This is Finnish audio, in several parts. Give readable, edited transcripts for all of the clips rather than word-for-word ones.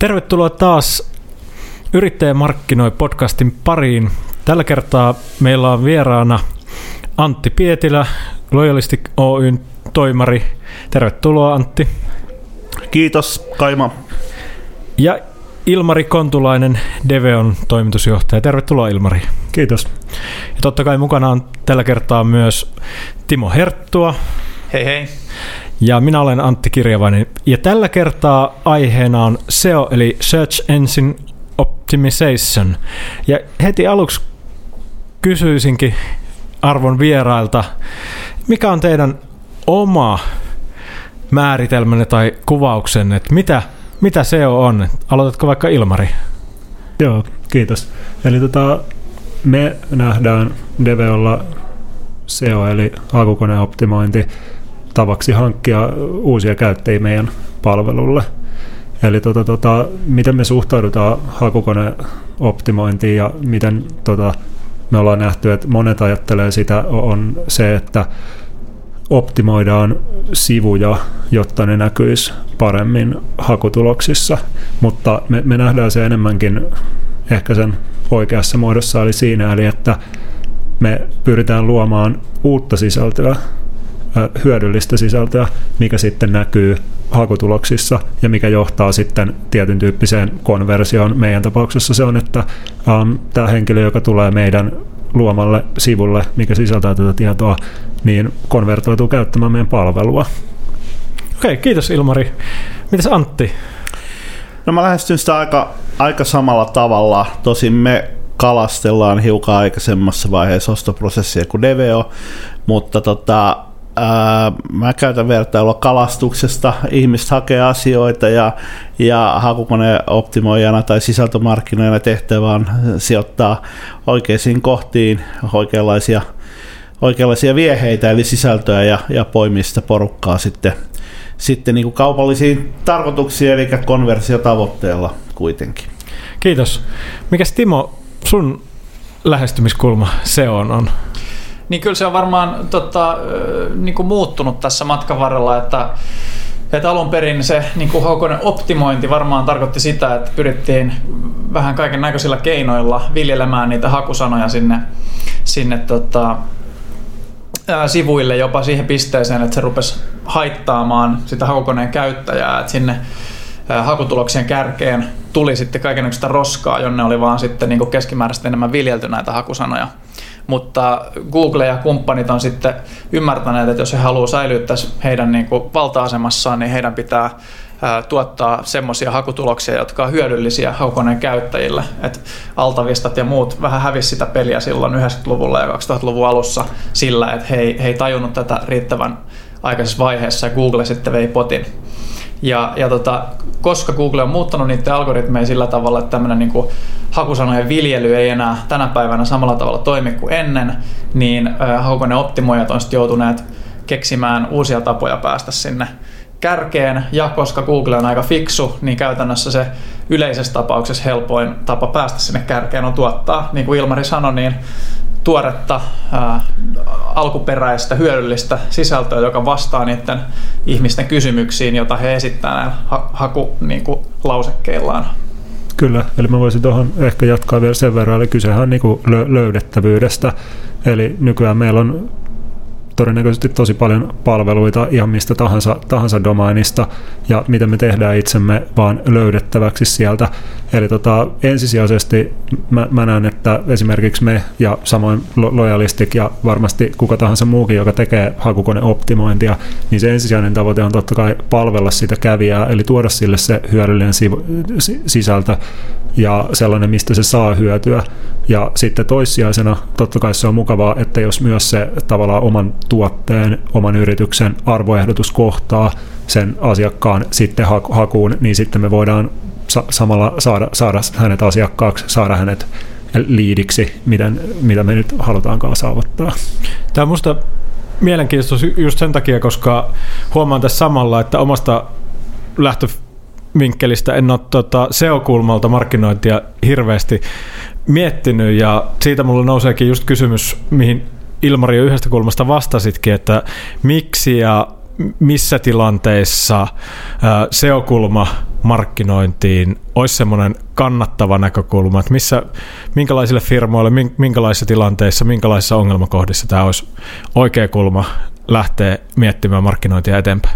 Tervetuloa taas Yrittäjä markkinoi podcastin pariin. Tällä kertaa meillä on vieraana Antti Pietilä, Loyalistic Oyn toimari. Tervetuloa Antti. Kiitos Kaima. Ja Ilmari Kontulainen, Deveon toimitusjohtaja. Tervetuloa Ilmari. Kiitos. Ja totta kai mukana on tällä kertaa myös Timo Herttua. Hei hei. Ja minä olen Antti Kirjavainen. Ja tällä kertaa aiheena on SEO eli Search Engine Optimization. Ja heti aluksi kysyisinkin arvon vierailta, mikä on teidän oma määritelmänne tai kuvauksenne, että mitä SEO on? Aloitatko vaikka Ilmari? Joo, kiitos. Eli me nähdään Deveolla SEO eli hakukoneoptimointi tavaksi hankkia uusia käyttäjiä meidän palvelulle. Eli miten me suhtaudutaan hakukoneoptimointiin ja miten me ollaan nähty, että monet ajattelee sitä on se, että optimoidaan sivuja, jotta ne näkyisi paremmin hakutuloksissa, mutta me nähdään se enemmänkin ehkä sen oikeassa muodossa eli siinä, eli että me pyritään luomaan uutta sisältöä, hyödyllistä sisältöä, mikä sitten näkyy hakutuloksissa ja mikä johtaa sitten tietyn tyyppiseen konversioon. Meidän tapauksessa se on, että tämä henkilö, joka tulee meidän luomalle sivulle, mikä sisältää tätä tietoa, niin konvertoituu käyttämään meidän palvelua. Okei, kiitos Ilmari. Mitäs Antti? No mä lähestyn sitä aika samalla tavalla. Tosin me kalastellaan hiukan aikaisemmassa vaiheessa ostoprosessia kuin Deveo, mutta mä käytän vertailua kalastuksesta. Ihmiset hakee asioita ja hakukoneoptimoijana tai sisältömarkkinoijana tehtävä on sijoittaa oikeisiin kohtiin oikeanlaisia vieheitä eli sisältöä ja poimia sitä porukkaa sitten niin kuin kaupallisiin tarkoituksiin eli konversiotavoitteella kuitenkin. Kiitos. Mikäs Timo sun lähestymiskulma SEO:n on? Niin kyllä se on varmaan niin kuin muuttunut tässä matkan varrella, että alun perin se niin kuin hakukoneoptimointi varmaan tarkoitti sitä, että pyrittiin vähän kaiken näköisillä keinoilla viljelemään niitä hakusanoja sinne sivuille jopa siihen pisteeseen, että se rupesi haittaamaan sitä hakukoneen käyttäjää, että sinne hakutuloksien kärkeen tuli sitten kaikennäköistä roskaa, jonne oli vaan sitten niin kuin keskimääräisesti enemmän viljelty näitä hakusanoja. Mutta Google ja kumppanit on sitten ymmärtäneet, että jos he haluaa säilyttää heidän niin kuin valta-asemassaan, niin heidän pitää tuottaa semmoisia hakutuloksia, jotka on hyödyllisiä hakukoneen käyttäjille. Et Altavistat ja muut vähän hävisi sitä peliä silloin 90-luvulla ja 2000-luvun alussa sillä, että he ei tajunnut tätä riittävän aikaisessa vaiheessa ja Google sitten vei potin. Koska Google on muuttanut niiden algoritmeja sillä tavalla, että tämmöinen niin kuin hakusanojen viljely ei enää tänä päivänä samalla tavalla toimi kuin ennen, niin hakukoneoptimoijat on sitten joutuneet keksimään uusia tapoja päästä sinne kärkeen, ja koska Google on aika fiksu, niin käytännössä se yleisessä tapauksessa helpoin tapa päästä sinne kärkeen on tuottaa, niin kuin Ilmari sanoi, niin tuoretta, alkuperäistä, hyödyllistä sisältöä, joka vastaa niiden ihmisten kysymyksiin, joita he esittää näillä hakulausekkeillaan. Kyllä, eli mä voisin tuohon ehkä jatkaa vielä sen verran, eli kysehän on niin kuin löydettävyydestä, eli nykyään meillä on todennäköisesti tosi paljon palveluita ihan mistä tahansa domainista ja miten me tehdään itsemme vaan löydettäväksi sieltä. Eli ensisijaisesti mä näen, että esimerkiksi me ja samoin Loyalistic ja varmasti kuka tahansa muukin, joka tekee hakukoneoptimointia, niin se ensisijainen tavoite on totta kai palvella sitä kävijää, eli tuoda sille se hyödyllinen sisältö ja sellainen, mistä se saa hyötyä. Ja sitten toissijaisena totta kai se on mukavaa, että jos myös se tavallaan oman tuotteen, oman yrityksen arvoehdotus kohtaa sen asiakkaan sitten hakuun, niin sitten me voidaan samalla saada hänet asiakkaaksi, saada hänet liidiksi, mitä me nyt halutaankaan saavuttaa. Tämä on musta mielenkiintoista just sen takia, koska huomaan tässä samalla, että omasta lähtövinkkelistä en ole SEO-kulmalta markkinointia hirveästi miettinyt, ja siitä mulla nouseekin just kysymys, mihin Ilmari jo yhdestä kulmasta vastasitkin, että miksi ja missä tilanteissa SEO-kulma markkinointiin olisi semmoinen kannattava näkökulma, että minkälaisille firmoille, minkälaisissa tilanteissa, minkälaisissa ongelmakohdissa tämä olisi oikea kulma lähteä miettimään markkinointia eteenpäin?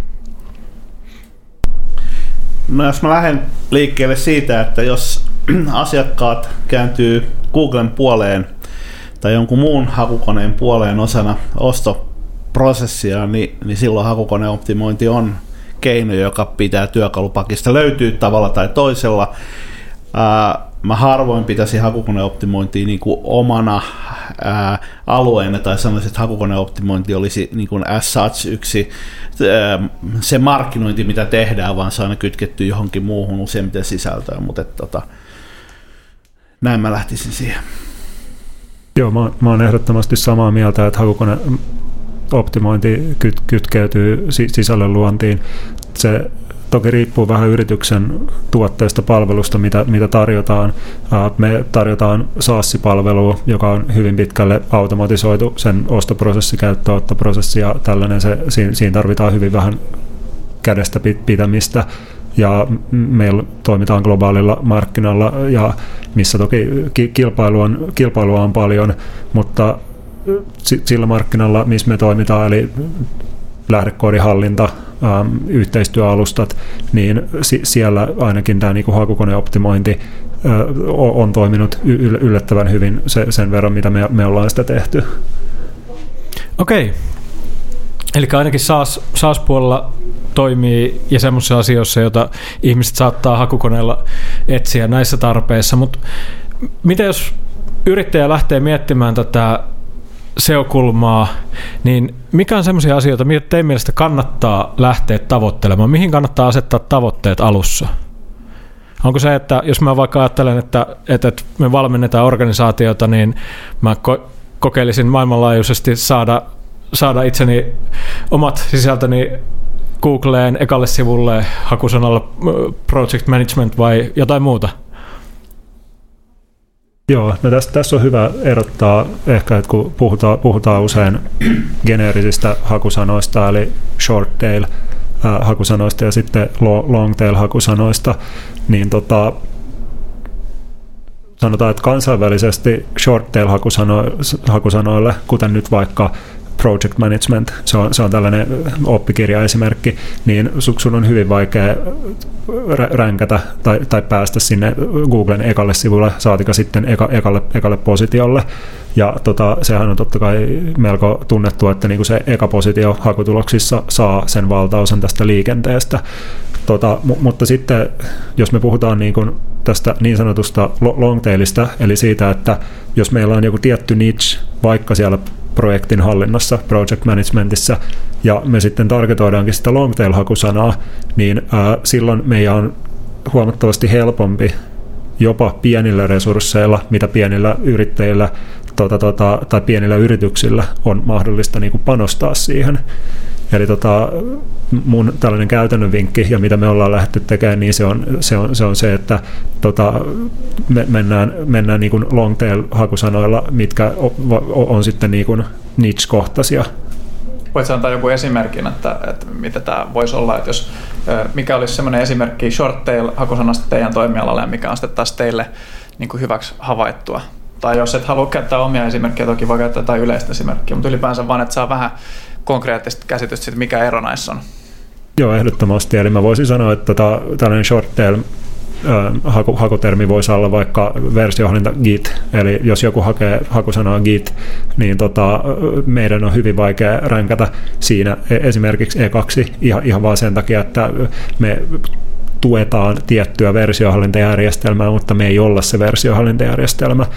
No jos mä lähden liikkeelle siitä, että jos asiakkaat kääntyy Googlen puoleen tai jonkun muun hakukoneen puoleen osana ostoprosessia, niin silloin hakukoneoptimointi on keino, joka pitää työkalupakista löytyy tavalla tai toisella. Mä harvoin pitäisin hakukoneoptimointia niin kuin omana alueena tai sanoisin, että hakukoneoptimointi olisi niin kuin as such yksi se markkinointi, mitä tehdään, vaan se on aina kytketty johonkin muuhun useimmiten sisältöön, mutta näin mä lähtisin siihen. Joo, mä oon ehdottomasti samaa mieltä, että hakukoneoptimointi kytkeytyy sisällön luontiin. Se toki riippuu vähän yrityksen tuotteesta, palvelusta, mitä tarjotaan. Me tarjotaan SaaS-palvelua, joka on hyvin pitkälle automatisoitu, sen ostoprosessi, käyttöönottoprosessi ja tällainen. Siinä tarvitaan hyvin vähän kädestä pitämistä. Ja meillä toimitaan globaalilla markkinalla, ja missä toki kilpailua on paljon, mutta sillä markkinalla, missä me toimitaan, eli lähdekoodihallinta, yhteistyöalustat, niin siellä ainakin tämä niinku hakukoneoptimointi on toiminut yllättävän hyvin sen verran, mitä me ollaan sitä tehty. Okei. Eli ainakin SaaS-puolella toimii ja semmoisissa asioissa, joita ihmiset saattaa hakukoneella etsiä näissä tarpeissa, mutta miten jos yrittäjä lähtee miettimään tätä SEO-kulmaa, niin mikä on semmoisia asioita, mitä teidän mielestä kannattaa lähteä tavoittelemaan? Mihin kannattaa asettaa tavoitteet alussa? Onko se, että jos mä vaikka ajattelen, että me valmennetaan organisaatiota, niin mä kokeilisin maailmanlaajuisesti saada itseni omat sisältöni Googleen ekalle sivulle hakusanalla project management vai jotain muuta? Joo, no tässä on hyvä erottaa ehkä, että kun puhutaan usein geneerisistä hakusanoista, eli short tail hakusanoista ja sitten long tail hakusanoista, niin sanotaan, että kansainvälisesti short tail hakusanoille, kuten nyt vaikka project management, se on tällainen oppikirjaesimerkki, niin sun on hyvin vaikea ränkätä tai päästä sinne Googlen ekalle sivulle, saatika sitten ekalle positiolle. Ja sehän on totta kai melko tunnettu, että niinku se eka positio hakutuloksissa saa sen valtaosan tästä liikenteestä. Mutta sitten, jos me puhutaan tästä niin sanotusta longtailista, eli siitä, että jos meillä on joku tietty niche, vaikka siellä projektin hallinnassa, project managementissa, ja me sitten targetoidaankin sitä longtail-hakusanaa, niin silloin meidän on huomattavasti helpompi jopa pienillä resursseilla, mitä pienillä yrittäjillä tai pienillä yrityksillä on mahdollista niin kuin panostaa siihen. Eli mun tällainen käytännön vinkki, ja mitä me ollaan lähdetty tekemään, niin se on se, että me mennään niin kuin long tail hakusanoilla, mitkä on sitten niin kuin niche-kohtaisia. Voitko antaa joku esimerkin, että mitä tämä voisi olla, että mikä olisi semmoinen esimerkki short tail hakusanasta teidän toimialalle, ja mikä on sitten taas teille niin kuin hyväksi havaittua? Tai jos et halua käyttää omia esimerkkejä, toki voi käyttää jotain yleistä esimerkkiä, mutta ylipäänsä vaan, että saa vähän konkreettista käsitystä siitä, mikä ero näissä on. Joo, ehdottomasti. Eli mä voisin sanoa, että tällainen short tail hakutermi voisi olla vaikka versiohallinta Git. Eli jos joku hakee hakusanaa Git, niin meidän on hyvin vaikea ränkätä siinä esimerkiksi E2 ihan vaan sen takia, että me tuetaan tiettyä versiohallintajärjestelmää, mutta me ei olla se versiohallintajärjestelmä.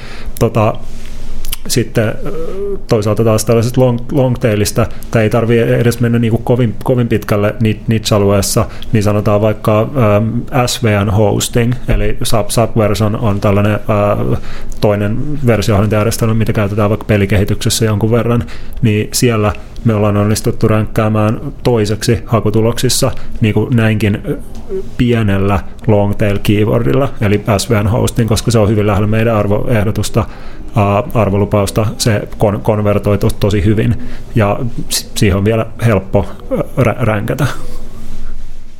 Sitten toisaalta taas tällaisesta long-tailista, tai ei tarvitse edes mennä niin kuin kovin pitkälle niche-alueessa, niin sanotaan vaikka SVN hosting, eli Subverse on tällainen toinen versiohallintajärjestelmä, mitä käytetään vaikka pelikehityksessä jonkun verran, niin siellä me ollaan onnistuttu ränkkäämään toiseksi hakutuloksissa niin kuin näinkin pienellä long-tail keywordilla, eli SVN hosting, koska se on hyvin lähellä meidän arvoehdotusta, arvolupausta, se konvertoi tosi hyvin ja siihen on vielä helppo ränkätä.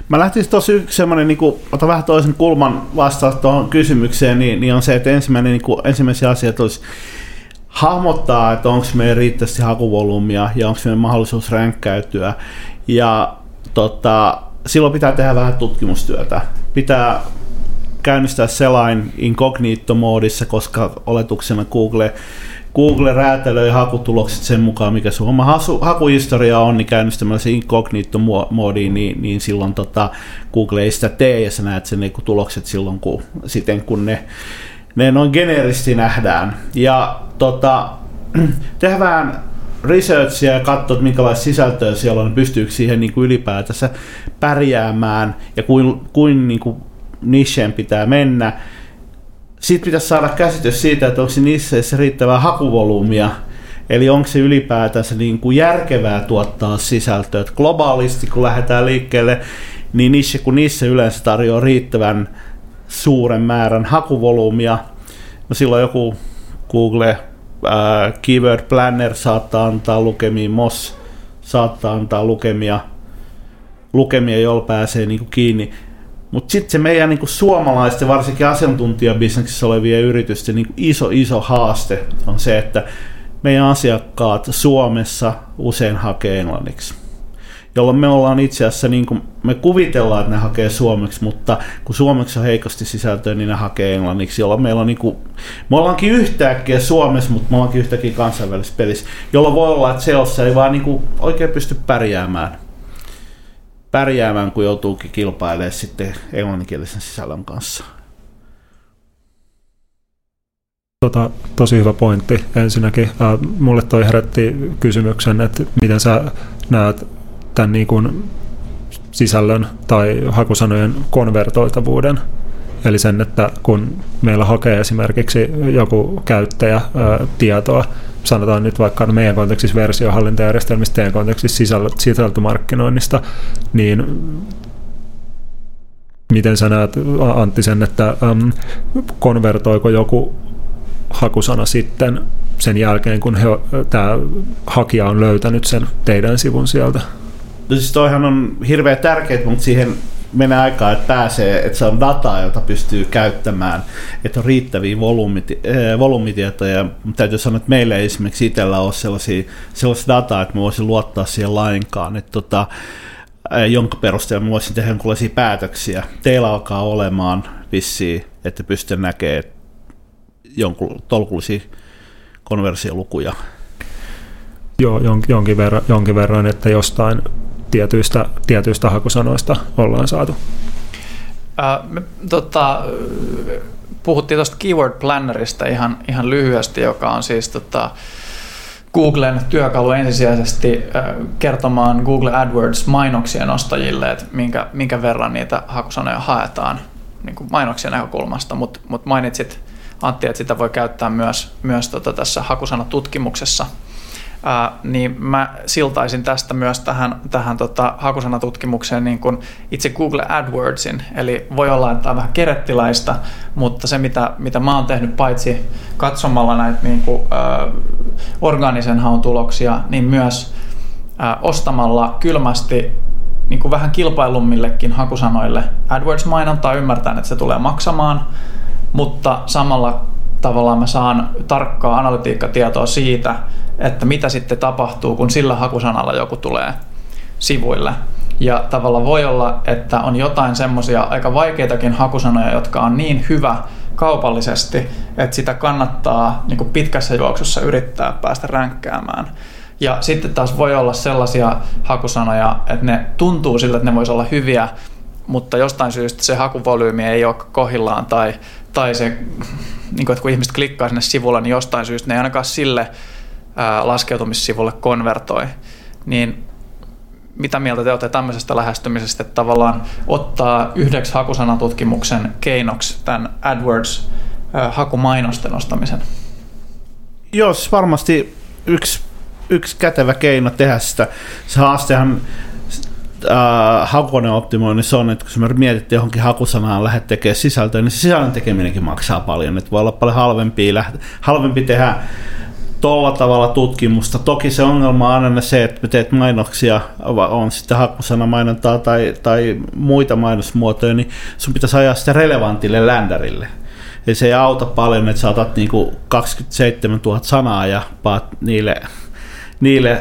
Mä lähtisin tuossa yksi semmoinen, niin ota vähän toisen kulman vastaus tuohon kysymykseen, niin on se, että ensimmäisiä asioita olisi hahmottaa, että onko meidän riittävästi hakuvolyymia ja onko meidän mahdollisuus ränkkäytyä. Ja silloin pitää tehdä vähän tutkimustyötä. Pitää käynnistää selain incognito-moodissa, koska oletuksena Google räätälöi hakutulokset sen mukaan, mikä sun oma hakuhistoria on, niin käynnistämällä se incognito-moodiin, niin silloin Google ei sitä tee, ja sä näet sen niin tulokset silloin, kun ne noin geneeristi nähdään. Ja tehdään vähän researchia ja katsoa, minkälaista sisältöä siellä on, pystyykö siihen niin kuin ylipäätänsä pärjäämään, ja kuin niin kuin nicheen pitää mennä. Sitten pitäisi saada käsitys siitä, että onko se nicheissä riittävää hakuvolyymia, eli onko se ylipäätänsä niin kuin järkevää tuottaa sisältöä. Että globaalisti, kun lähdetään liikkeelle, niin niche yleensä tarjoaa riittävän suuren määrän hakuvolyymia. No silloin joku Google Keyword Planner saattaa antaa lukemia, Moz saattaa antaa lukemia, joilla pääsee niin kuin kiinni. Mutta sitten se meidän niin kuin suomalaisten, varsinkin asiantuntijabisneksessä olevien yritysten niin kuin iso haaste on se, että meidän asiakkaat Suomessa usein hakee englanniksi. Jolloin me ollaan itse asiassa, niin kuin me kuvitellaan, että ne hakee suomeksi, mutta kun suomeksi on heikosti sisältöä, niin ne hakee englanniksi, jolloin meillä on me ollaankin yhtäkkiä Suomessa, mutta me ollaankin yhtäkkiä kansainvälisessä pelissä, jolloin voi olla, että seossa ei vaan oikein pysty pärjäämään, kun joutuukin kilpailemaan sitten englanninkielisen sisällön kanssa. Tosi hyvä pointti. Ensinnäkin mulle toi herätti kysymyksen, että miten sä näet tämän niin kuin sisällön tai hakusanojen konvertoitavuuden. Eli sen, että kun meillä hakee esimerkiksi joku käyttäjä tietoa, sanotaan nyt vaikka meidän kontekstissa versiohallintajärjestelmistä, teidän kontekstissa sisältömarkkinoinnista, niin miten sä näet, Antti, sen, että konvertoiko joku hakusana sitten sen jälkeen, kun tämä hakija on löytänyt sen teidän sivun sieltä? No siis toihan on hirveän tärkeää, mutta siihen menee aikaa, että pääsee, että se on dataa, jota pystyy käyttämään, että on riittäviä volyymitietoja. Täytyy sanoa, että meillä ei esimerkiksi itsellä ole sellaista dataa, että me voisin luottaa siihen lainkaan, että jonka perusteella me voisin tehdä jonkinlaisia päätöksiä. Teillä alkaa olemaan vissiin, että pystyy näkemään tolkullisia konversiolukuja. Joo, jonkin verran, että jostain tietyistä hakusanoista ollaan saatu. Puhuttiin tuosta Keyword Plannerista ihan lyhyesti, joka on siis Googlen työkalu ensisijaisesti kertomaan Google AdWords-mainoksien ostajille, että minkä verran niitä hakusanoja haetaan niin kuin mainoksien näkökulmasta, mutta mainitsit, Antti, että sitä voi käyttää myös tässä hakusanatutkimuksessa. Niin mä siltaisin tästä myös tähän hakusanatutkimukseen niin kuin itse Google AdWordsin, eli voi olla, että tämä on vähän kerettiläistä, mutta se mitä mä oon tehnyt paitsi katsomalla näitä niin kuin, orgaanisen haun tuloksia, niin myös ostamalla kylmästi niin kuin vähän kilpailummillekin hakusanoille AdWords-mainontaa, ymmärtäen, että se tulee maksamaan, mutta samalla tavallaan mä saan tarkkaa analytiikkatietoa siitä, että mitä sitten tapahtuu, kun sillä hakusanalla joku tulee sivuille. Ja tavallaan voi olla, että on jotain semmoisia aika vaikeitakin hakusanoja, jotka on niin hyvä kaupallisesti, että sitä kannattaa niin kuin pitkässä juoksussa yrittää päästä ränkkäämään. Ja sitten taas voi olla sellaisia hakusanoja, että ne tuntuu siltä, että ne voisi olla hyviä, mutta jostain syystä se hakuvolyymi ei ole kohdillaan tai se, niin kuin, että kun ihmiset klikkaa sinne sivulle, niin jostain syystä ne ei ainakaan sille laskeutumissivulle konvertoi. Niin mitä mieltä te olette tämmöisestä lähestymisestä, että tavallaan ottaa yhdeksi hakusanatutkimuksen keinoksi tämän AdWords-hakumainosten ostamisen? Jos varmasti yksi kätevä keino tehdä sitä. Se haastehan hakukoneoptimoinnissa on, että kun me mietittiin johonkin hakusanaan lähdet tekemään sisältöä, niin se sisällön tekeminenkin maksaa paljon. Että voi olla paljon halvempi tehdä tolla tavalla tutkimusta. Toki se ongelma on aina se, että me teet mainoksia, on sitten hakusanamainontaa tai muita mainosmuotoja, niin sun pitäisi ajaa sitä relevantille ländärille. Eli se ei auta paljon, että sä otat niinku 27 000 sanaa ja paat niille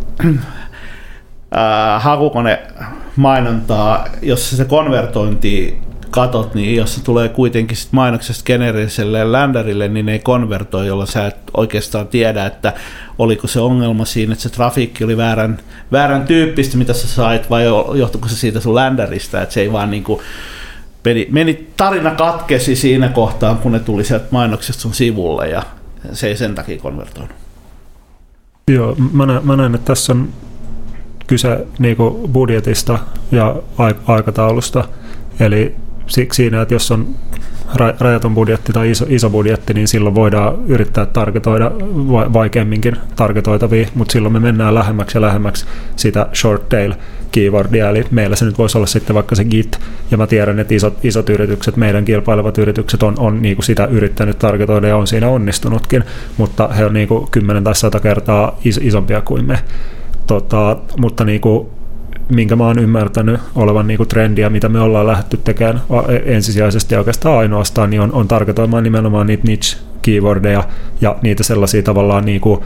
hakukone-mainontaa, jos se konvertointi katot, niin jos se tulee kuitenkin sit mainoksesta geneeriselle ländärille, niin ne ei konvertoi, jolloin sä et oikeastaan tiedä, että oliko se ongelma siinä, että se trafiikki oli väärän tyyppistä, mitä sä sait, vai johtuiko se siitä sun ländäristä, että se ei vaan niinku tarina katkesi siinä kohtaa, kun ne tuli sieltä mainoksesta sun sivulle, ja se ei sen takia konvertoinut. Joo, mä näen, että tässä on kyse niinku budjetista ja aikataulusta, eli siinä, että jos on rajaton budjetti tai iso budjetti, niin silloin voidaan yrittää targetoida vaikeamminkin targetoitavia, mutta silloin me mennään lähemmäksi ja lähemmäksi sitä short tail keywordia, eli meillä se nyt voisi olla sitten vaikka se Git, ja mä tiedän, että isot yritykset, meidän kilpailevat yritykset on niin kuin sitä yrittänyt targetoida ja on siinä onnistunutkin, mutta he on niin kuin 10 tai 100 kertaa isompia kuin me. Mutta niin kuin minkä mä oon ymmärtänyt olevan niinku trendiä, mitä me ollaan lähdetty tekemään ensisijaisesti ja oikeastaan ainoastaan, niin on targetoimaan nimenomaan niitä niche-keywordeja ja niitä sellaisia tavallaan niinku,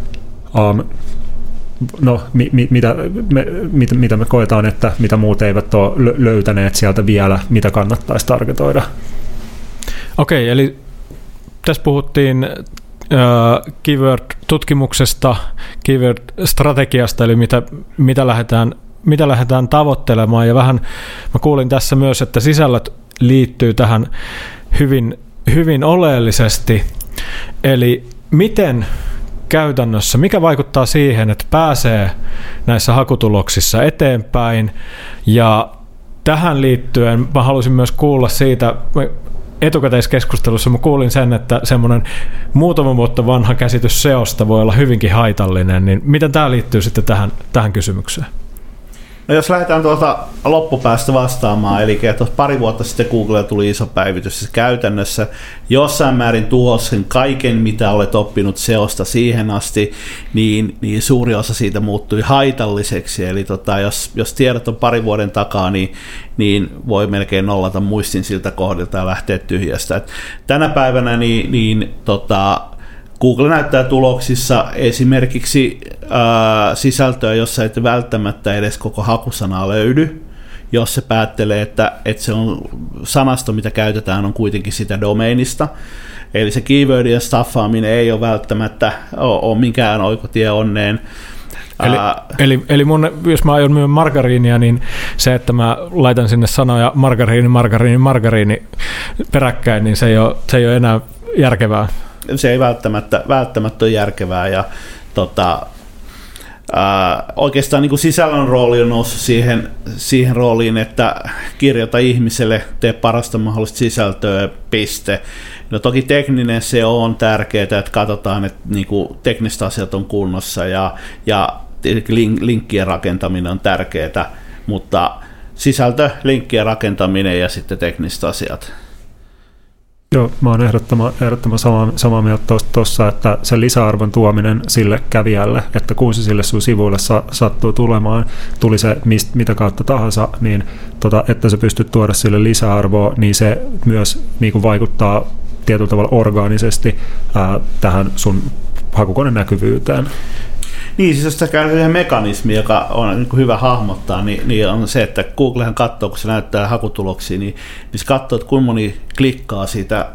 mitä me koetaan, että mitä muut eivät ole löytäneet sieltä vielä, mitä kannattaisi targetoida. Okei, eli tässä puhuttiin keyword-tutkimuksesta, keyword-strategiasta, eli mitä lähdetään tavoittelemaan, ja vähän mä kuulin tässä myös, että sisällöt liittyy tähän hyvin oleellisesti, eli miten käytännössä, mikä vaikuttaa siihen, että pääsee näissä hakutuloksissa eteenpäin, ja tähän liittyen mä halusin myös kuulla siitä, etukäteiskeskustelussa mä kuulin sen, että semmoinen muutama vuotta vanha käsitys SEOsta voi olla hyvinkin haitallinen, niin miten tämä liittyy sitten tähän kysymykseen? No jos lähdetään tuolta loppupäästä vastaamaan, eli tuossa pari vuotta sitten Googlella tuli iso päivitys, se käytännössä jossain määrin tuhosi sen kaiken, mitä olet oppinut SEOsta siihen asti, niin suuri osa siitä muuttui haitalliseksi, eli jos tiedot on pari vuoden takaa, niin voi melkein nollata muistin siltä kohdilta ja lähteä tyhjästä. Et tänä päivänä Google näyttää tuloksissa esimerkiksi sisältöä, jossa ei välttämättä edes koko hakusanaa löydy, jos se päättelee, että se on sanasto, mitä käytetään, on kuitenkin sitä domeinista. Eli se keywordien staffaaminen ei ole välttämättä ole mikään oikotie onneen. Eli jos mä aion myydä margariinia, niin se, että mä laitan sinne sanoja margariini peräkkäin, niin se ei ole enää järkevää. Se ei välttämättä ole järkevää, ja oikeastaan niin kuin sisällön rooli on noussut siihen rooliin, että kirjoita ihmiselle, tee parasta mahdollista sisältöä, piste. No toki tekninen SEO on tärkeää, että katsotaan, että niin kuin tekniset asiat on kunnossa, ja linkkien rakentaminen on tärkeää, mutta sisältö, linkkien rakentaminen ja sitten tekniset asiat. Joo, mä oon ehdottoman samaa mieltä tuossa, että sen lisäarvon tuominen sille kävijälle, että kun se sille sun sivuille sattuu tulemaan, tuli se mitä kautta tahansa, niin että sä pystyt tuoda sille lisäarvoa, niin se myös niin kuin vaikuttaa tietyllä tavalla orgaanisesti tähän sun hakukoneen näkyvyyteen. Niin, siis jos käy yhden mekanismi, joka on niin kuin hyvä hahmottaa, niin on se, että Googlehan katsoo, kun se näyttää hakutuloksia, niin se katsoo, että kuinka moni klikkaa sitä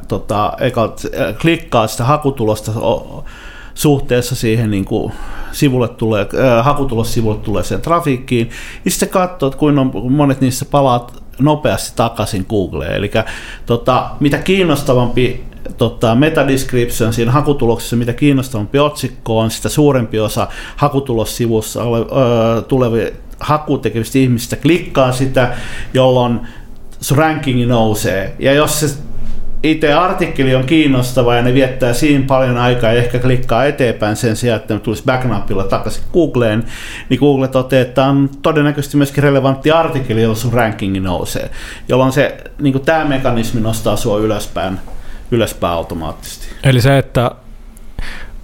hakutulosta suhteessa siihen niin kuin hakutulossivulle tulee sen trafiikkiin, ja sitten katsoo, että kuinka monet niissä palaat nopeasti takaisin Googleen. Eli mitä kiinnostavampi metadescription siinä hakutuloksessa, mitä kiinnostavampi otsikko on, sitä suurempi osa hakutulossivussa tulevia hakutekevistä ihmisistä klikkaa sitä, jolloin sun rankingi nousee. Ja jos se itse artikkeli on kiinnostava ja ne viettää siinä paljon aikaa ja ehkä klikkaa eteenpäin sen sijaan, että ne tulisi backnappilla takaisin Googleen, niin Google toteaa, että on todennäköisesti myöskin relevantti artikkeli, jolla sun rankingi nousee, jolloin se, niin kuin tämä mekanismi nostaa sua ylöspäin automaattisesti. Eli se, että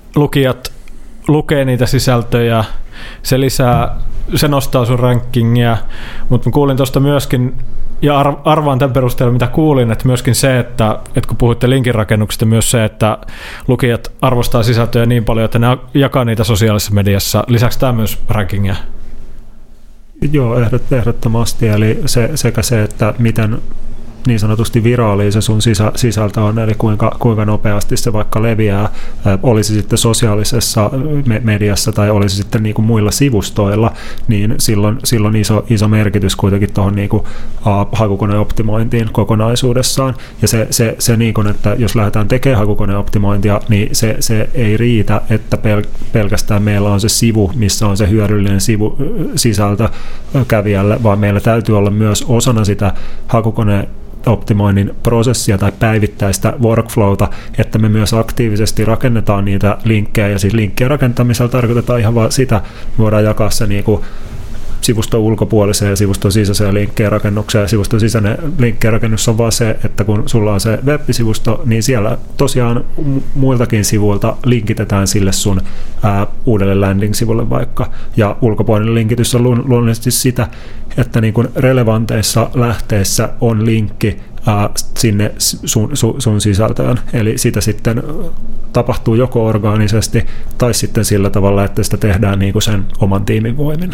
lukijat lukee niitä sisältöjä, se nostaa sun rankingia, mutta mä kuulin tuosta myöskin, ja arvaan tämän perusteella, mitä kuulin, että myöskin se, että kun puhuitte linkinrakennuksesta, myös se, että lukijat arvostaa sisältöjä niin paljon, että ne jakaa niitä sosiaalisessa mediassa. Lisäksi tämä myös rankingia? Joo, ehdottomasti. Eli sekä se, että miten niin sanotusti viraalinen se sun sisältö on, eli kuinka nopeasti se vaikka leviää, olisi sitten sosiaalisessa mediassa tai olisi sitten niin kuin muilla sivustoilla, niin silloin iso merkitys kuitenkin tuohon niin kuin hakukoneoptimointiin kokonaisuudessaan. Ja se niin kuin, että jos lähdetään tekemään hakukoneoptimointia, niin se ei riitä, että pelkästään meillä on se sivu, missä on se hyödyllinen sisältö kävijälle, vaan meillä täytyy olla myös osana sitä hakukoneoptimoinnin prosessia tai päivittäistä workflowta, että me myös aktiivisesti rakennetaan niitä linkkejä, ja siis linkkien rakentamisella tarkoitetaan ihan vaan sitä, voidaan jakaa se niin kuin sivuston ulkopuoliseen ja sivuston sisäiseen linkkien rakennukseen, ja sivuston sisäinen linkkien rakennus on vaan se, että kun sulla on se web-sivusto, niin siellä tosiaan muiltakin sivuilta linkitetään sille sun uudelle landing-sivulle vaikka, ja ulkopuolinen linkitys on luonnollisesti sitä, että niin kuin relevanteissa lähteissä on linkki sinne sun sisältöön, eli sitä sitten tapahtuu joko orgaanisesti tai sitten sillä tavalla, että sitä tehdään niin kuin sen oman tiimin voimin.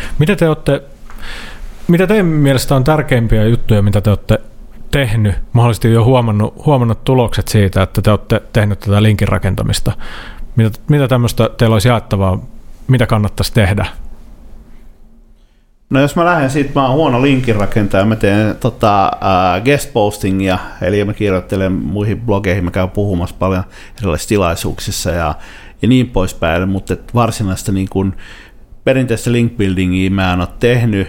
Mitä teidän mielestä on tärkeimpiä juttuja, mitä te olette tehnyt, mahdollisesti jo huomannut tulokset siitä, että te olette tehnyt tätä linkin rakentamista? Mitä tämmöistä teillä olisi jaettavaa, mitä kannattaisi tehdä? No jos mä lähden siitä, mä oon huono linkin rakentaja, mä teen guest postingia, eli mä kirjoittelen muihin blogeihin, mä käyn puhumassa paljon erilaisissa tilaisuuksissa ja niin poispäin, mutta varsinaista niin kuin perinteistä link buildingia mä en ole tehnyt,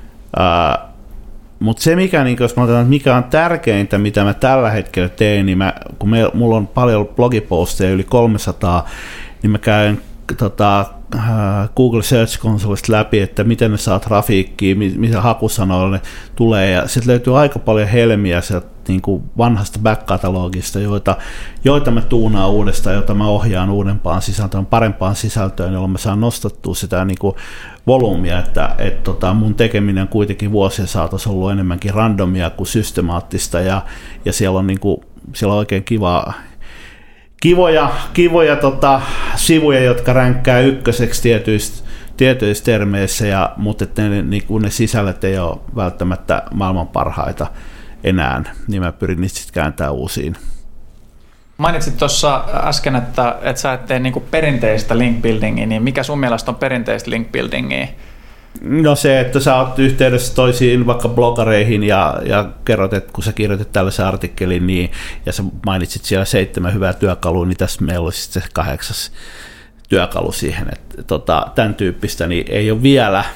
mutta se mikä, niin jos mä otan, mikä on tärkeintä, mitä mä tällä hetkellä teen, niin kun mulla on paljon blogiposteja, yli 300, niin mä käyn Google Search Consolesta läpi, että miten ne saa trafiikkiä, mitä hakusanoilla ne tulee, ja sitten löytyy aika paljon helmiä sieltä niin kuin vanhasta back-katalogista, joita mä tuunaan uudestaan, joita mä ohjaan uudempaan sisältöön, parempaan sisältöön, jolloin mä saan nostettua sitä niin kuin volyymia, että mun tekeminen on kuitenkin vuosien saatossa ollut enemmänkin randomia kuin systemaattista, ja siellä on, niin kuin, siellä on oikein kivoja sivuja, jotka ränkkää ykköseksi tietyissä termeissä, mutta ne sisällöt ei ole välttämättä maailman parhaita enää, niin mä pyrin niistä sitten kääntämään uusiin. Mainitsit tuossa äsken, että sä et tee niinku perinteistä link buildingia, niin mikä sun mielestä on perinteistä link buildingia? No se, että sä oot yhteydessä toisiin vaikka blogareihin ja kerrot, että kun sä kirjoitit tällaisen artikkelin, niin, ja sä mainitsit siellä 7 hyvää työkalua, niin tässä meillä olisi se 8. työkalu siihen. Että tämän tyyppistä niin ei ole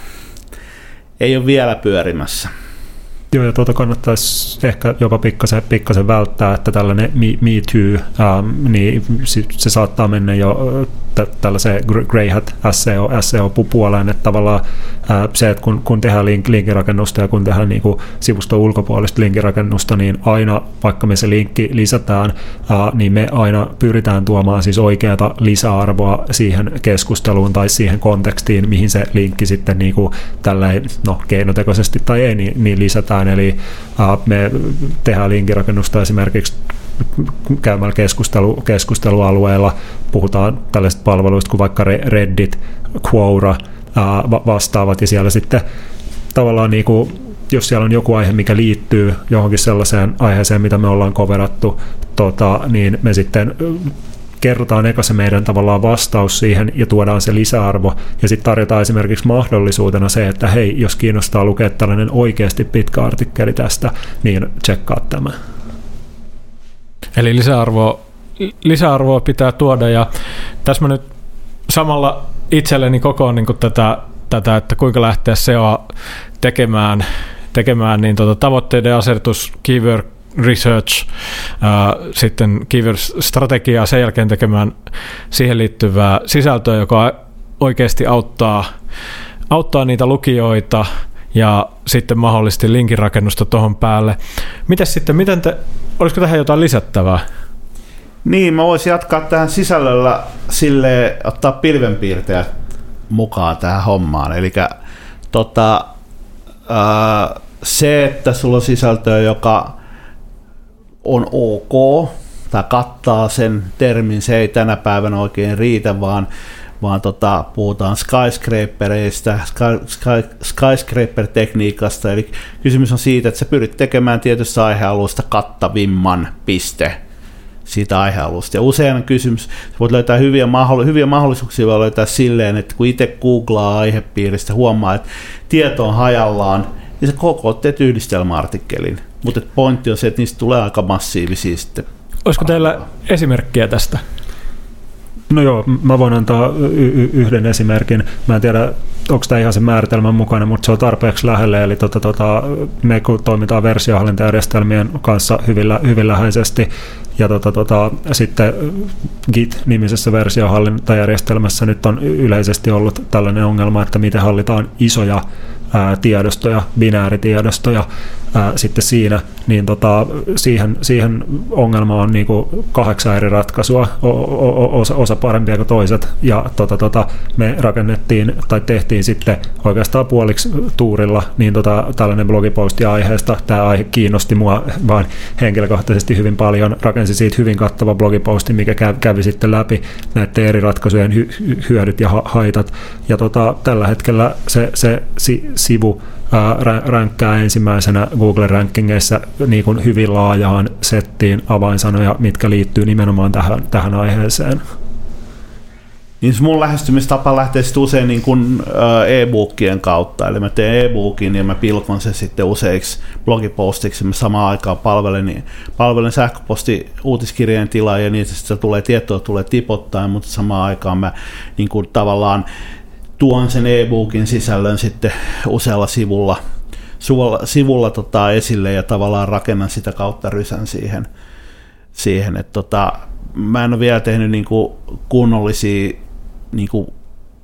vielä pyörimässä. Joo, ja kannattaisi ehkä jopa pikkasen välttää, että tällainen me too, niin se saattaa mennä jo tällaiseen grey hat SEO-puoleen, että tavallaan se, että kun tehdään linkirakennusta ja kun tehdään niin kuin sivuston ulkopuolista linkirakennusta, niin aina, vaikka me se linkki lisätään, niin me aina pyritään tuomaan siis oikeata lisäarvoa siihen keskusteluun tai siihen kontekstiin, mihin se linkki sitten niin kuin tälleen, keinotekoisesti tai ei, niin lisätään. Eli me tehdään linkirakennusta esimerkiksi käymällä keskustelualueella, puhutaan tällaisista palveluista kuin vaikka Reddit, Quora, vastaavat, ja siellä sitten tavallaan niin kuin, jos siellä on joku aihe, mikä liittyy johonkin sellaiseen aiheeseen, mitä me ollaan coverattu, niin me sitten kerrotaan eka se meidän tavallaan vastaus siihen ja tuodaan se lisäarvo, ja sitten tarjotaan esimerkiksi mahdollisuutena se, että hei, jos kiinnostaa lukea tällainen oikeasti pitkä artikkeli tästä, niin tsekkaa tämä. Eli lisäarvoa pitää tuoda, ja tässä mä nyt samalla itselleni kokoon niin tätä, että kuinka lähteä SEOa tekemään niin tavoitteiden asetus, keyword research, sitten keyword-strategiaa, sen jälkeen tekemään siihen liittyvää sisältöä, joka oikeasti auttaa niitä lukijoita, ja sitten mahdollisesti linkin rakennusta tuohon päälle. Olisiko tähän jotain lisättävää? Niin, mä voisin jatkaa tähän sisällöllä silleen, ottaa pilvenpiirtäjät mukaan tähän hommaan. Eli se, että sulla on sisältöä, joka on ok, tai kattaa sen termin, se ei tänä päivänä oikein riitä, vaan puhutaan skyscrapereista, skyscraper-tekniikasta, eli kysymys on siitä, että sä pyrit tekemään tietystä aihealueesta kattavimman piste siitä aihealusta. Ja usein kysymys, voit löytää hyviä mahdollisuuksia voi löytää silleen, että kun itse googlaa aihepiiristä, huomaa, että tieto on hajallaan, niin sä koko teet yhdistelmäartikkelin. Mutta pointti on se, että niistä tulee aika massiivisia sitten. Olisiko teillä esimerkkiä tästä? No joo, mä voin antaa yhden esimerkin. Mä en tiedä, onko tämä ihan sen määritelmän mukana, mutta se on tarpeeksi lähelle. Eli me kun toimitaan versiohallintajärjestelmien kanssa hyvin läheisesti, ja sitten Git-nimisessä versiohallintajärjestelmässä nyt on yleisesti ollut tällainen ongelma, että miten hallitaan isoja tiedostoja, binääritiedostoja sitten siinä, niin siihen ongelmaan on niinku 8 eri ratkaisua, osa parempia kuin toiset, ja me rakennettiin tai tehtiin sitten oikeastaan puoliksi tuurilla niin tällainen blogiposti aiheesta. Tämä aihe kiinnosti mua vaan henkilökohtaisesti hyvin paljon, rakensin siitä hyvin kattava blogiposti, mikä kävi sitten läpi näiden eri ratkaisujen hyödyt ja haitat, ja tällä hetkellä se sivu ränkkää ensimmäisenä Google-rankingeissa niin kuin hyvin laajaan settiin avainsanoja, mitkä liittyy nimenomaan tähän aiheeseen. Niin mun lähestymistapa lähtee sitten usein niin kuin e-bookien kautta, eli mä teen e-bookin ja mä pilkon sen sitten useiksi blogipostiksi, mä samaan aikaan palvelen sähköposti uutiskirjeen tilaa ja niitä sitten tietoa tulee tipottain, mutta samaan aikaan mä niin kuin tavallaan tuon sen e-bookin sisällön sitten usealla sivulla esille ja tavallaan rakennan sitä kautta rysän siihen että mä en ole vielä tehnyt niinku kunnollisia niinku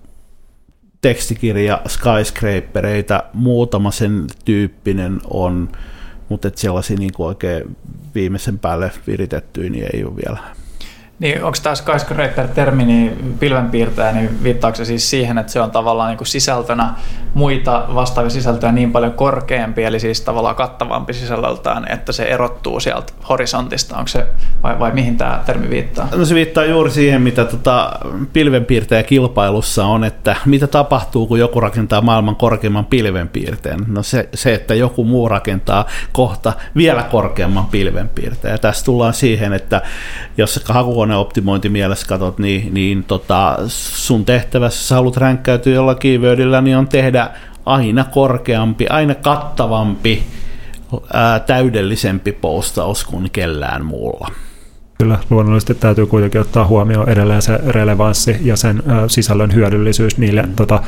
tekstikirja skyscrapereita, muutama sen tyyppinen on, mutta sellaisia niinku oikein viimeisen päälle viritettyjä niin ei ole vielä. Niin onko tämä skyscraper-termi, niin pilvenpiirtäjä, niin viittaako se siis siihen, että se on tavallaan niin kuin sisältönä muita vastaavia sisältöjä niin paljon korkeampi, eli siis tavallaan kattavampi sisällöltään, että se erottuu sieltä horisontista? Onko se, vai mihin tämä termi viittaa? No se viittaa juuri siihen, mitä pilvenpiirtäjäkilpailussa on, että mitä tapahtuu, kun joku rakentaa maailman korkeimman pilvenpiirtäjän. No se, että joku muu rakentaa kohta vielä korkeamman pilvenpiirtäjän. Ja tässä tullaan siihen, että jos hakukoneoptimointi mielessä katsot, niin sun tehtävässä, jos sä haluat ränkkäytyä jollain keywordillä, niin on tehdä aina korkeampi, aina kattavampi, täydellisempi postaus kuin kellään muulla. Kyllä, luonnollisesti täytyy kuitenkin ottaa huomioon edelleen se relevanssi ja sen sisällön hyödyllisyys niille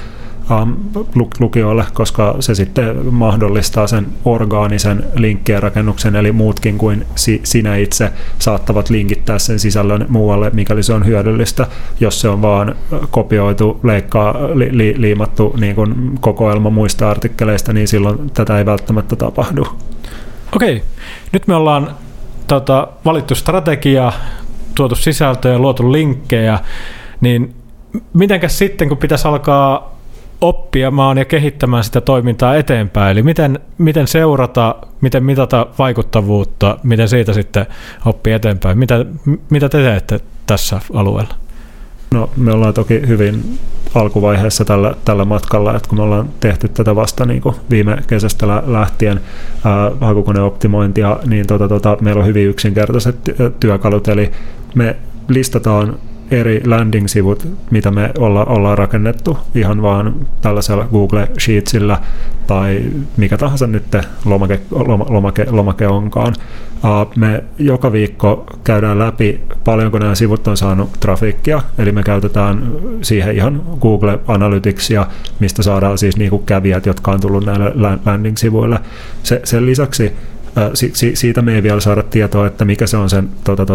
lukijoille, koska se sitten mahdollistaa sen orgaanisen linkkien rakennuksen, eli muutkin kuin sinä itse saattavat linkittää sen sisällön muualle, mikäli se on hyödyllistä. Jos se on vaan kopioitu, liimattu niin kuin kokoelma muista artikkeleista, niin silloin tätä ei välttämättä tapahdu. Okei, nyt me ollaan valittu strategia, tuotu sisältöjä, luotu linkkejä, niin mitenkäs sitten, kun pitäisi alkaa oppimaan ja kehittämään sitä toimintaa eteenpäin, eli miten seurata, miten mitata vaikuttavuutta, miten siitä sitten oppii eteenpäin, mitä te teette tässä alueella? No, me ollaan toki hyvin alkuvaiheessa tällä matkalla, että kun me ollaan tehty tätä vasta niin kuin viime kesästä lähtien hakukoneoptimointia, niin meillä on hyvin yksinkertaiset työkalut, eli me listataan eri landing-sivut, mitä me ollaan rakennettu ihan vaan tällaisella Google Sheetsillä tai mikä tahansa nyt lomake onkaan. Me joka viikko käydään läpi, paljonko nämä sivut on saanut trafiikkia, eli me käytetään siihen ihan Google Analyticsia, mistä saadaan siis niinku kävijät, jotka on tullut näille landing-sivuille. Sen lisäksi siitä me ei vielä saada tietoa, että mikä se on sen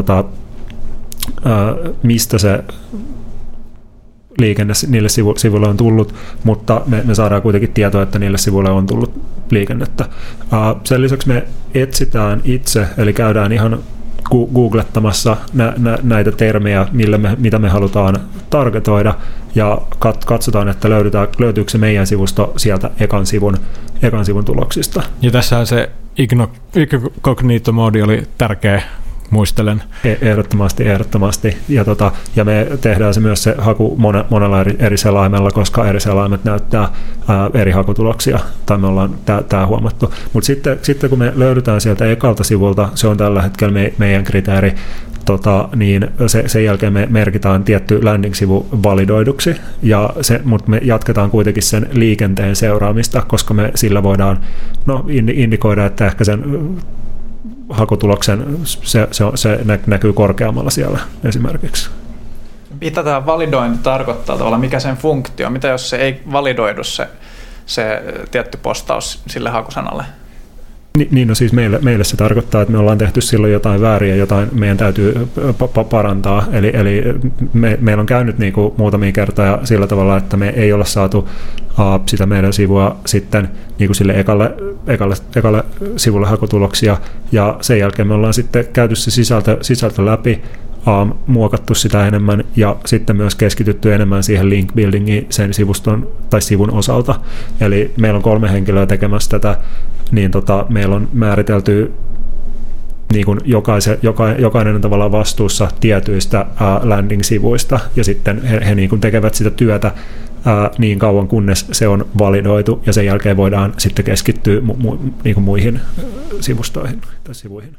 mistä se liikenne niille sivuille on tullut, mutta me saadaan kuitenkin tietoa, että niille sivuille on tullut liikennettä. Sen lisäksi me etsitään itse, eli käydään ihan googlettamassa näitä termejä, mitä me halutaan targetoida, ja katsotaan, että löytyykö se meidän sivusto sieltä ekan sivun tuloksista. Ja tässähän se incognito-moodi oli tärkeä, muistelen. Ehdottomasti. Ja me tehdään se myös se haku monella eri selaimella, koska eri selaimet näyttää eri hakutuloksia, tai me ollaan tämä huomattu. Mutta sitten kun me löydetään sieltä ekalta sivulta, se on tällä hetkellä meidän kriteeri, niin sen jälkeen me merkitään tietty landing-sivu validoiduksi, mutta me jatketaan kuitenkin sen liikenteen seuraamista, koska me sillä voidaan indikoida, että ehkä sen hakutuloksen se näkyy korkeammalla siellä esimerkiksi. Mitä tämä validointi tarkoittaa tavallaan, mikä sen funktio? Mitä jos se ei validoidu se tietty postaus sille hakusanalle? Niin, no siis meille se tarkoittaa, että me ollaan tehty silloin jotain väärin ja jotain meidän täytyy parantaa. Eli meillä on käynyt niin kuin muutamia kertoja sillä tavalla, että me ei olla saatu sitä meidän sivua sitten niin kuin sille ekalle sivulle hakutuloksia, ja sen jälkeen me ollaan sitten käyty se sisältö läpi, muokattu sitä enemmän ja sitten myös keskitytty enemmän siihen link buildingiin sen sivuston tai sivun osalta. Eli meillä on 3 henkilöä tekemässä tätä, niin meillä on määritelty niin kuin jokainen on tavallaan vastuussa tietyistä landing-sivuista, ja sitten he niin kuin tekevät sitä työtä niin kauan, kunnes se on validoitu, ja sen jälkeen voidaan sitten keskittyä niin kuin muihin sivustoihin tai sivuihin.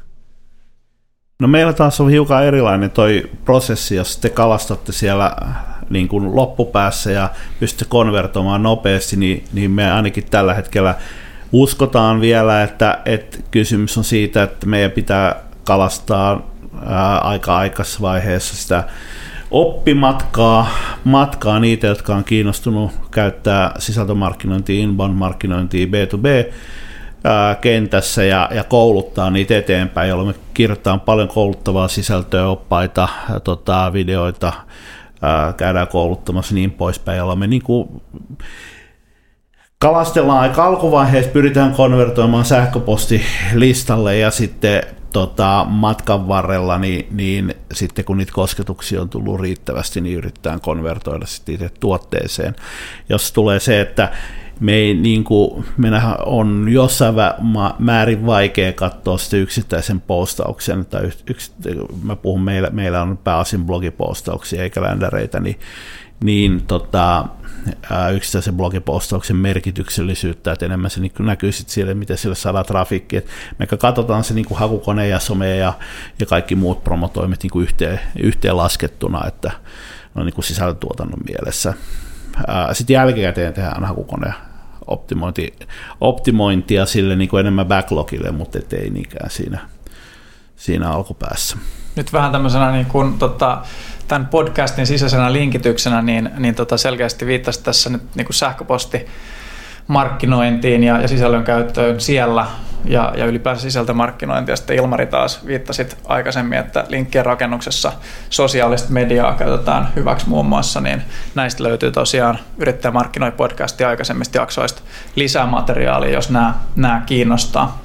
No meillä taas on hiukan erilainen toi prosessi, jos te kalastatte siellä niin kuin loppupäässä ja pystytte konvertoimaan nopeasti, niin me ainakin tällä hetkellä uskotaan vielä, että kysymys on siitä, että meidän pitää kalastaa aika aikaisessa vaiheessa sitä oppimatkaa niitä, jotka on kiinnostunut käyttää sisältömarkkinointia, inbound-markkinointia, B2B, kentässä ja kouluttaa niitä eteenpäin, jolloin me kirjoitetaan paljon kouluttavaa sisältöä, oppaita, videoita, käydään kouluttamassa niin poispäin, jolloin me niin kuin kalastellaan aika alkuvaiheessa, pyritään konvertoimaan sähköpostilistalle, ja sitten matkan varrella, niin sitten kun niitä kosketuksia on tullut riittävästi, niin yritetään konvertoida sitten itse tuotteeseen. Jos tulee se, että meidän on jossain määrin vaikea katsoa sitten yksittäisen postauksen, tai mä puhun, meillä on pääosin blogipostauksia eikä ländereitä, niin yksittäisen blogipostauksen merkityksellisyyttä, että enemmän se niin näkyy sitten siellä, miten sille saadaan trafikki. Me katsotaan se niin kuin hakukone ja some ja kaikki muut promotoimet niin kuin yhteen laskettuna, että on niin kuin sisältötuotannon mielessä. Sitten jälkikäteen tehdään hakukone optimointia sille niin kuin enemmän backlogille, mutta ei niinkään siinä alkupäässä. Nyt vähän tämmöisenä niin kuin, tämän podcastin sisäisenä linkityksenä, niin selkeästi viittasit tässä nyt niin kuin sähköpostimarkkinointiin ja sisällön käyttöön siellä ja ylipäänsä sisältömarkkinointia. Sitten Ilmari taas viittasit aikaisemmin, että linkkien rakennuksessa sosiaalista mediaa käytetään hyväksi muun muassa, niin näistä löytyy tosiaan Yrittäjä markkinoi podcastin aikaisemmista jaksoista lisää materiaalia, jos nämä kiinnostaa.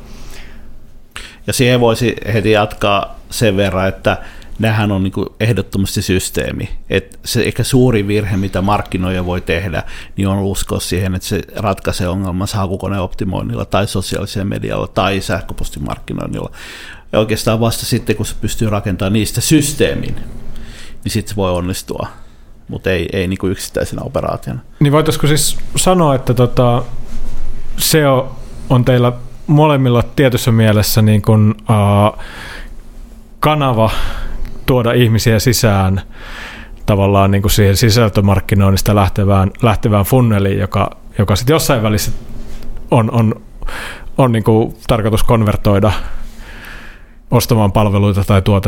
Ja siihen voisi heti jatkaa sen verran, että nämähän on niin kuin ehdottomasti systeemi. Että se ehkä suuri virhe, mitä markkinoija voi tehdä, niin on uskoa siihen, että se ratkaisee ongelmansa hakukoneoptimoinnilla tai sosiaalisella medialla tai sähköpostimarkkinoinnilla. Ja oikeastaan vasta sitten, kun se pystyy rakentamaan niistä systeemin, niin sitten se voi onnistua, mutta ei niin kuin yksittäisenä operaationa. Niin voitaisiko siis sanoa, että SEO on teillä molemmilla tietyssä mielessä niin kuin, kanava tuoda ihmisiä sisään tavallaan niin kuin siihen sisältömarkkinoinnista lähtevään funneliin, joka sitten jossain välissä on niin kuin tarkoitus konvertoida ostamaan palveluita tai tuote.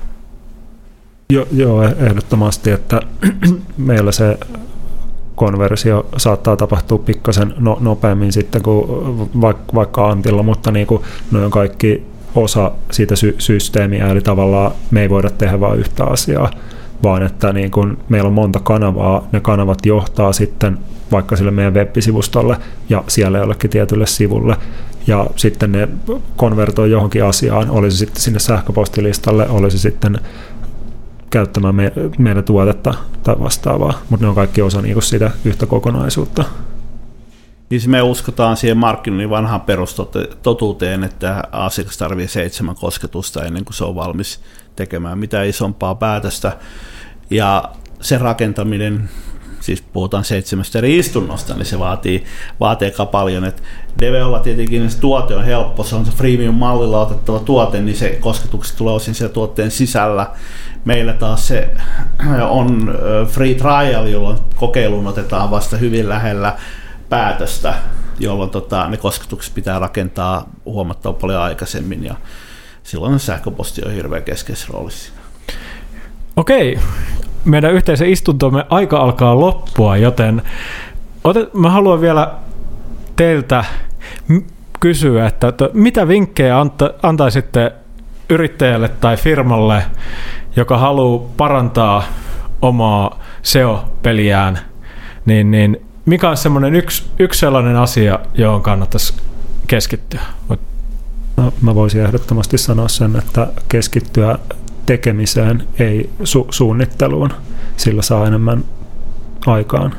Joo, ehdottomasti, että meillä se konversio saattaa tapahtua pikkasen nopeammin sitten kuin vaikka Antilla, mutta niin kuin ne on kaikki osa siitä systeemiä, eli tavallaan me ei voida tehdä vain yhtä asiaa, vaan että niin kun meillä on monta kanavaa, ne kanavat johtaa sitten vaikka sille meidän web-sivustolle ja siellä jollekin tietylle sivulle, ja sitten ne konvertoi johonkin asiaan, olisi sitten sinne sähköpostilistalle, olisi sitten käyttämään meidän tuotetta tai vastaavaa, mutta ne on kaikki osa niin kuin sitä yhtä kokonaisuutta. Niin me uskotaan siihen markkinoinnin vanhaan perustotuuteen, että asiakas tarvitsee 7 kosketusta ennen kuin se on valmis tekemään mitään isompaa päätöstä. Ja sen rakentaminen, siis puhutaan 7 eri istunnosta, niin se vaatii aika paljon. Et DVOlla tietenkin se tuote on helppo, se on se freemium-mallilla otettava tuote, niin se kosketukset tulee osin siellä tuotteen sisällä. Meillä taas se on free trial, jolloin kokeiluun otetaan vasta hyvin lähellä päätöstä, jolloin ne kosketukset pitää rakentaa huomattavan paljon aikaisemmin, ja silloin sähköposti on hirveän keskeisessä roolissa. Okei, meidän yhteisen istuntomme aika alkaa loppua, joten mä haluan vielä teiltä kysyä, että mitä vinkkejä antaisitte yrittäjälle tai firmalle, joka haluaa parantaa omaa SEO-peliään, niin mikä on semmoinen yksi sellainen asia, johon kannattaisi keskittyä? No, mä voisin ehdottomasti sanoa sen, että keskittyä tekemiseen, ei suunnitteluun. Sillä saa enemmän aikaan.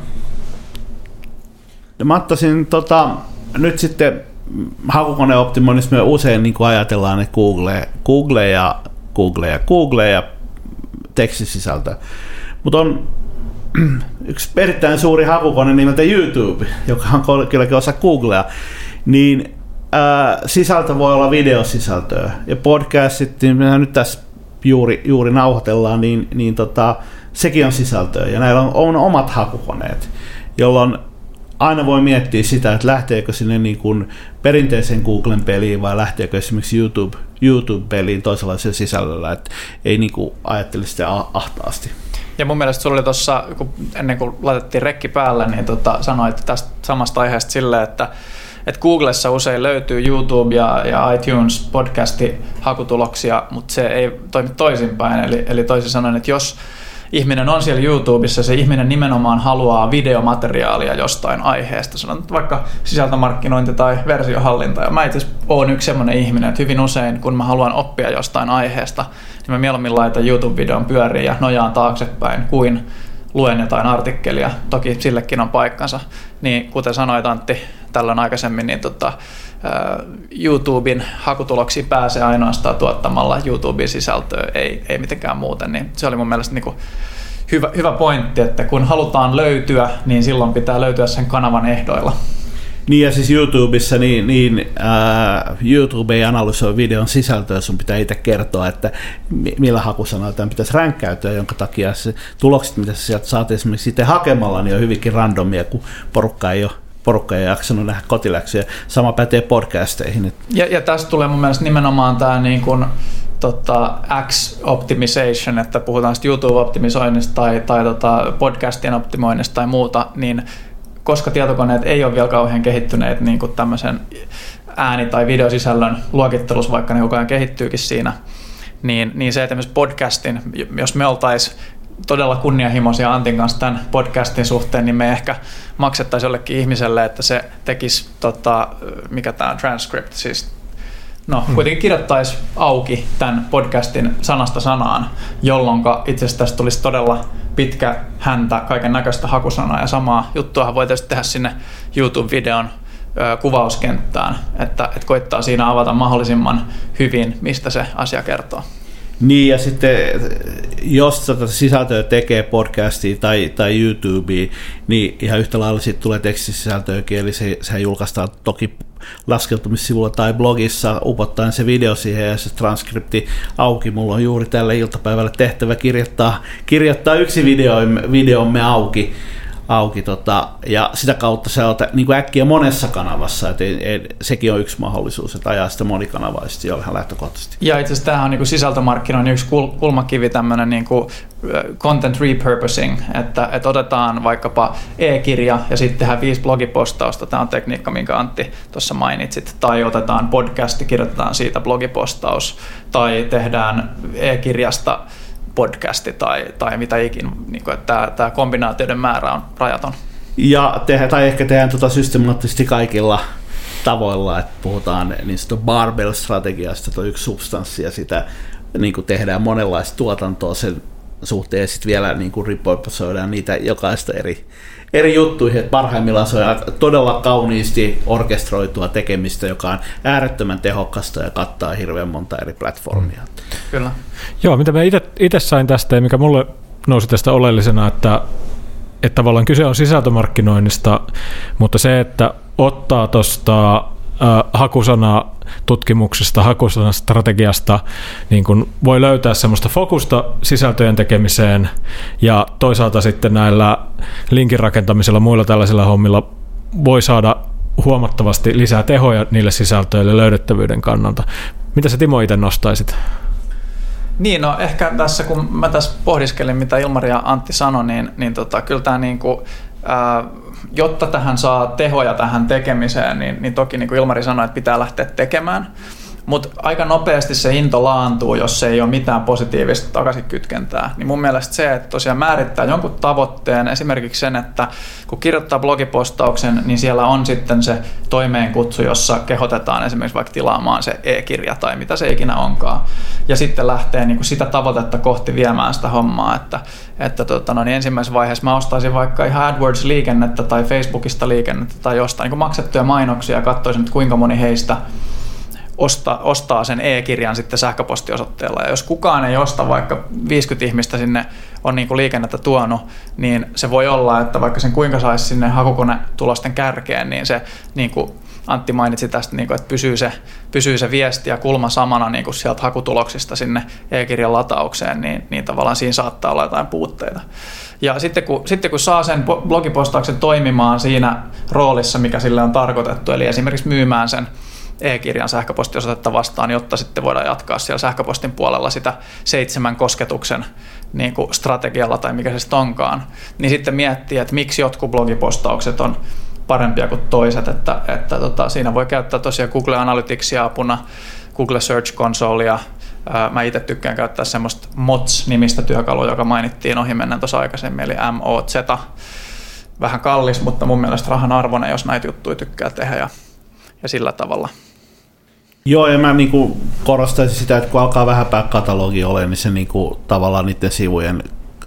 Mä ottaisin nyt sitten hakukoneoptimoinnissa me usein niin kuin ajatellaan, että Google ja tekstisisältö. Mutta on yksi erittäin suuri hakukone nimeltä YouTube, joka on kylläkin osa Googlea, niin sisältö voi olla videosisältöä. Ja podcastit, niin me nyt tässä juuri nauhoitellaan, niin sekin on sisältöä. Ja näillä on omat hakukoneet, jolloin aina voi miettiä sitä, että lähteekö sinne niin kuin perinteisen Googlen peliin vai lähteekö esimerkiksi YouTube-peliin toisenlaisella sisällöllä, että ei niin kuin ajattele sitä ahtaasti. Ja mun mielestä sulla oli tuossa, ennen kuin laitettiin rekki päälle, niin sanoit tästä samasta aiheesta silleen, että Googlessa usein löytyy YouTube ja iTunes podcasti hakutuloksia, mutta se ei toimi toisinpäin. Eli toisin sanoen, että jos ihminen on siellä YouTubessa, se ihminen nimenomaan haluaa videomateriaalia jostain aiheesta, sanon vaikka sisältömarkkinointi tai versiohallinta. Ja mä itse asiassa oon yksi semmoinen ihminen, että hyvin usein kun mä haluan oppia jostain aiheesta, niin mä mieluummin laitan YouTube-videon pyöriin ja nojaan taaksepäin kuin luen jotain artikkelia. Toki sillekin on paikkansa. Niin kuten sanoit Antti tällöin aikaisemmin, niin YouTuben hakutuloksia pääsee ainoastaan tuottamalla YouTuben sisältöä, ei mitenkään muuten. Niin se oli mun mielestä niin kuin hyvä pointti, että kun halutaan löytyä, niin silloin pitää löytyä sen kanavan ehdoilla. Niin ja siis YouTubessa, YouTube ei analysoi videon sisältöä, sun pitää itse kertoa, että millä hakusanoilla tämän pitäisi ränkkäytyä, jonka takia se tulokset, mitä sä sieltä saat esimerkiksi itse hakemalla, niin on hyvinkin randomia, kun porukka ei jaksanut nähdä kotiläksyjä. Sama pätee podcasteihin. Ja tästä tulee mun mielestä nimenomaan tämä niin kuin X-optimization, että puhutaan YouTube-optimisoinnista tai podcastien optimoinnista tai muuta, niin koska tietokoneet ei ole vielä kauhean kehittyneet niin kuin tämmöisen ääni- tai videosisällön luokittelussa, vaikka ne koko ajan kehittyykin siinä, niin se, että esimerkiksi podcastin, jos me oltaisiin todella kunnianhimoisia Antin kanssa tämän podcastin suhteen, niin me ehkä maksettaisiin jollekin ihmiselle, että se tekisi, mikä tämä transcript, siis kuitenkin kirjoittaisi auki tämän podcastin sanasta sanaan, jolloin itse asiassa tästä tulisi todella pitkä häntä kaiken näköistä hakusanaa, ja samaa juttuahan voi tietysti tehdä sinne YouTube-videon kuvauskenttään, että koittaa siinä avata mahdollisimman hyvin, mistä se asia kertoo. Niin, ja sitten jos tätä sisältöä tekee podcastiin tai YouTubeen, niin ihan yhtä lailla siitä tulee tekstisisältöäkin, eli sehän julkaistaan toki laskeutumissivulla tai blogissa, upottaen se video siihen ja se transkripti auki. Mulla on juuri tällä iltapäivällä tehtävä kirjoittaa yksi videomme auki ja sitä kautta se on niin kuin äkkiä monessa kanavassa, että sekin on yksi mahdollisuus, että ajaa sitä monikanavaisesti jo ihan lähtökohtaisesti. Ja itse asiassa tämähän on niin kuin sisältömarkkinoinnin yksi kulmakivi, tämmöinen niin kuin content repurposing, että otetaan vaikkapa e-kirja ja sitten tehdään 5 blogipostausta, tämä on tekniikka, minkä Antti tuossa mainitsit, tai otetaan podcasti, kirjoitetaan siitä blogipostaus, tai tehdään e-kirjasta podcasti tai mitä ikinä, niin kuin, että tämä kombinaatioiden määrä on rajaton. Ja tai ehkä tehdään systemaattisesti tavoilla, että puhutaan niin barbell-strategiasta, että on yksi substanssi ja sitä niin kuin tehdään monenlaista tuotantoa sen suhteen ja sitten vielä niin kuin ripoipasoidaan niitä jokaista eri juttuihin, että parhaimmillaan se on todella kauniisti orkestroitua tekemistä, joka on äärettömän tehokasta ja kattaa hirveän monta eri platformia. Kyllä. Joo, mitä mä itse sain tästä ja mikä mulle nousi tästä oleellisena, että tavallaan kyse on sisältömarkkinoinnista, mutta se, että ottaa tuosta hakusanatutkimuksesta, hakusanastrategiasta, niin kun voi löytää semmoista fokusta sisältöjen tekemiseen ja toisaalta sitten näillä linkin rakentamisella muilla tällaisilla hommilla voi saada huomattavasti lisää tehoja niille sisältöille löydettävyyden kannalta. Mitä sä Timo itse nostaisit? Niin, no ehkä tässä kun mä tässä pohdiskelin, mitä Ilmari ja Antti sanoi, niin kyllä tämä niinku, jotta tähän saa tehoja tähän tekemiseen, niin toki niin kuin Ilmari sanoi, että pitää lähteä tekemään. Mutta aika nopeasti se into laantuu, jos se ei ole mitään positiivista takaisinkytkentää. Niin mun mielestä se, että tosiaan määrittää jonkun tavoitteen, esimerkiksi sen, että kun kirjoittaa blogipostauksen, niin siellä on sitten se toimeenkutsu, jossa kehotetaan esimerkiksi vaikka tilaamaan se e-kirja tai mitä se ikinä onkaan. Ja sitten lähtee niin kuin sitä tavoitetta kohti viemään sitä hommaa, että niin ensimmäisessä vaiheessa mä ostaisin vaikka ihan AdWords-liikennettä tai Facebookista liikennettä tai jostain niin kuin maksettuja mainoksia ja katsoisin, että kuinka moni heistä ostaa sen e-kirjan sitten sähköpostiosoitteella. Ja jos kukaan ei osta, vaikka 50 ihmistä sinne on niin kuin liikennettä tuonut, niin se voi olla, että vaikka sen kuinka saisi sinne hakukonetulosten kärkeen, niin se, niin kuin Antti mainitsi tästä, niin kuin, että pysyy se viesti ja kulma samana niin kuin sieltä hakutuloksista sinne e-kirjan lataukseen, niin tavallaan siinä saattaa olla jotain puutteita. Ja sitten kun saa sen blogipostauksen toimimaan siinä roolissa, mikä sille on tarkoitettu, eli esimerkiksi myymään sen e-kirjan sähköpostiosoitetta vastaan, jotta sitten voidaan jatkaa siellä sähköpostin puolella sitä 7 kosketuksen niin kuin strategialla tai mikä se sitten onkaan, niin sitten miettii, että miksi jotkut blogipostaukset on parempia kuin toiset, että siinä voi käyttää tosiaan Google Analyticsia apuna, Google Search Consolea. Mä itse tykkään käyttää semmoista MOZ-nimistä työkalua, joka mainittiin ohimennen tuossa aikaisemmin, eli MOZ. Vähän kallis, mutta mun mielestä rahan arvoinen, jos näitä juttuja tykkää tehdä ja sillä tavalla. Joo, ja mä niinku korostaisin sitä, että kun alkaa vähäpää katalogi olemaan, niin se niinku tavallaan niiden sivujen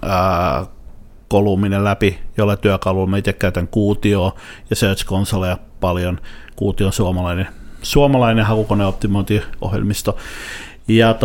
koluminen läpi, jolla työkalulla mä itse käytän Qtioa ja Search Consolea paljon. Qtio on suomalainen hakukoneoptimointiohjelmisto. Ja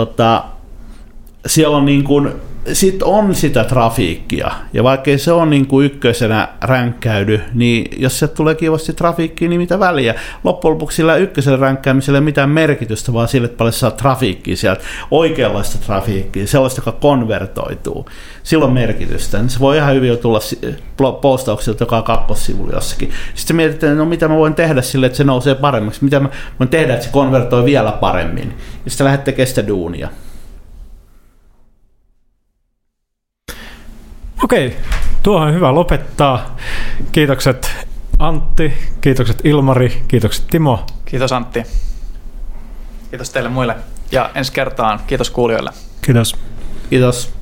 siellä on on sitä trafiikkia, ja vaikkei se on ykkösenä ränkkäydy, niin jos se tulee kivasti trafiikkia, niin mitä väliä? Loppujen lopuksi sillä ykkösen ränkkäymisellä ei ole mitään merkitystä, vaan sille, että paljon saa trafiikkia sieltä, oikeanlaista trafiikkia, sellaista, joka konvertoituu. Sillä on merkitystä. Se voi ihan hyvin tulla postauksilta, joka on kakkossivulla jossakin. Sitten mietitään, no mitä mä voin tehdä sille, että se nousee paremmaksi, mitä mä voin tehdä, että se konvertoi vielä paremmin. Ja sitten lähdet tekemään sitä duunia. Okei, tuohon on hyvä lopettaa. Kiitokset Antti, kiitokset Ilmari, kiitokset Timo. Kiitos Antti. Kiitos teille muille. Ja ensi kertaan kiitos kuulijoille. Kiitos. Kiitos.